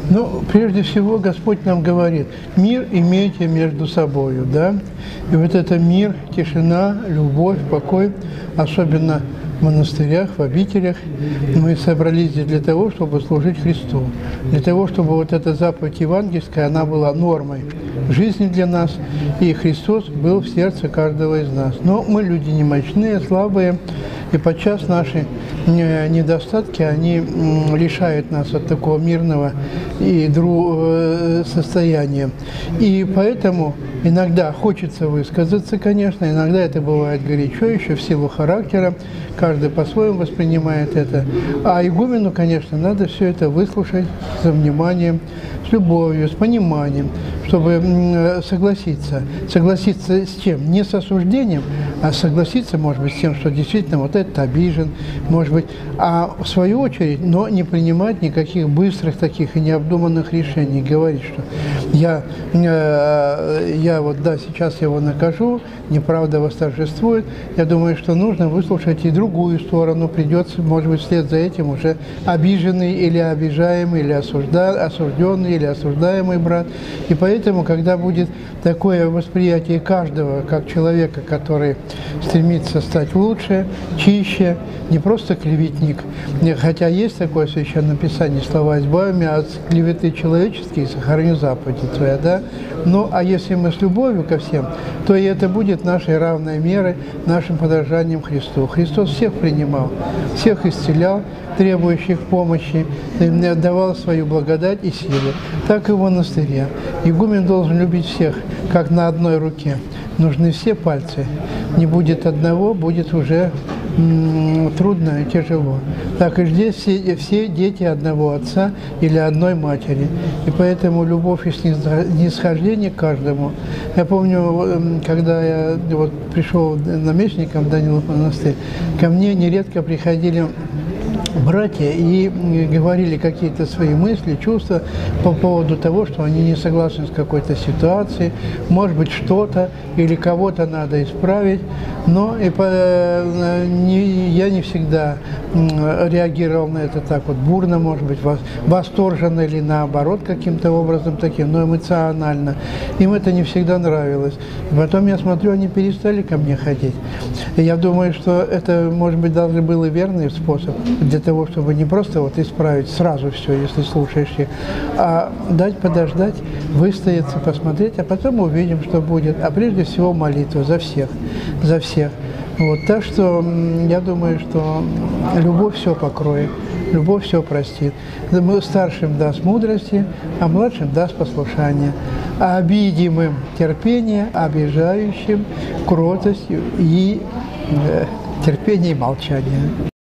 Ну, прежде всего, Господь нам говорит: мир имейте между собою, да? И вот это мир, тишина, любовь, покой, особенно в монастырях, в обителях, мы собрались здесь для того, чтобы служить Христу, для того, чтобы вот эта заповедь евангельская, она была нормой жизни для нас, и Христос был в сердце каждого из нас. Но мы люди немощные, слабые, и подчас наши недостатки, они лишают нас от такого мирного и состояния. И поэтому иногда хочется высказаться, конечно, иногда это бывает горячо, еще в силу характера, каждый по-своему воспринимает это. А игумену, конечно, надо все это выслушать со вниманием, с любовью, с пониманием, чтобы согласиться. Согласиться с чем? Не с осуждением, а согласиться, может быть, с тем, что действительно вот этот обижен, может быть, а в свою очередь, но не принимать никаких быстрых таких и необдуманных решений. Говорить, что я вот, да, сейчас его накажу, неправда восторжествует. Я думаю, что нужно выслушать и другую сторону. Придется, может быть, вслед за этим уже обиженный или обижаемый, или осужденный, или осуждаемый брат. И поэтому, когда будет такое восприятие каждого, как человека, который стремится стать лучше, чище, не просто клеветник, хотя есть такое священное писание, слова «избави меня от клеветы человеческие, сохраню заповеди твоя», да? Ну, а если мы с любовью ко всем, то и это будет нашей равной мерой, нашим подражанием Христу. Христос всех принимал, всех исцелял, требующих помощи, давал свою благодать и силу. Так и в монастыре. Игумен должен любить всех, как на одной руке. Нужны все пальцы. Не будет одного, будет уже трудно и тяжело. Так и здесь все дети одного отца или одной матери. И поэтому любовь и снисхождение к каждому. Я помню, когда я вот пришел наместником в Данилов монастырь, ко мне нередко приходили братья и говорили какие-то свои мысли, чувства по поводу того, что они не согласны с какой-то ситуацией, может быть, что-то или кого-то надо исправить, но я не всегда реагировал на это так вот бурно, может быть, восторженно или наоборот каким-то образом таким, но эмоционально. Им это не всегда нравилось. И потом я смотрю, они перестали ко мне ходить. И я думаю, что это, может быть, даже был и верный способ для того, чтобы не просто вот исправить сразу все, если слушаешь их, а дать подождать, выстояться, посмотреть, а потом увидим, что будет. А прежде всего молитва за всех, за всех. Вот, так что я думаю, что любовь все покроет, любовь все простит. Старшим даст мудрости, а младшим даст послушание. А обидимым терпение, обижающим кротостью и терпение и молчание.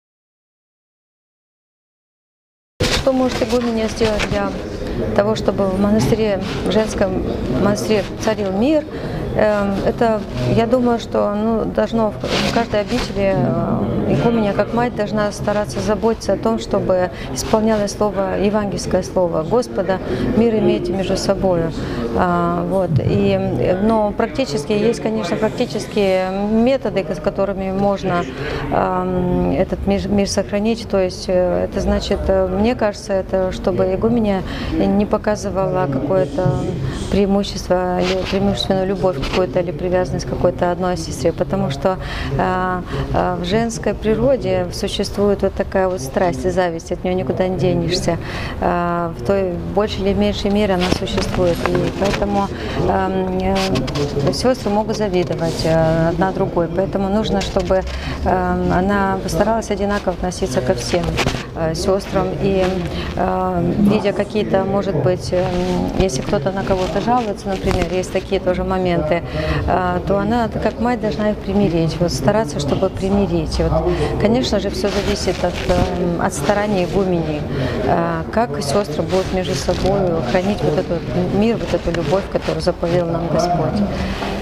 Что может игуменья сделать для того, чтобы в монастыре, в женском монастыре царил мир? Это, я думаю, что должно в каждой обители игуменья, как мать, должна стараться заботиться о том, чтобы исполнялось слово, евангельское слово Господа, мир имейте между собой. Вот. Но практически, есть, конечно, практические методы, с которыми можно этот мир сохранить. То есть это значит, мне кажется, это чтобы игуменья не показывала какое-то преимущество или преимущественную любовь какую-то или привязанность к какой-то одной сестре, потому что в женской природе существует вот такая вот страсть и зависть, от нее никуда не денешься. В той большей или меньшей мере она существует, и поэтому сестры могут завидовать одна другой, поэтому нужно, чтобы она постаралась одинаково относиться ко всем сестрам, и видя какие-то, может быть, если кто-то на кого-то жалуется, например, есть такие тоже моменты, то она, как мать, должна их примирить, вот, стараться, чтобы примирить. Вот, конечно же, все зависит от старания игуменей, как сестры будут между собой хранить вот этот мир, вот эту любовь, которую заповедал нам Господь.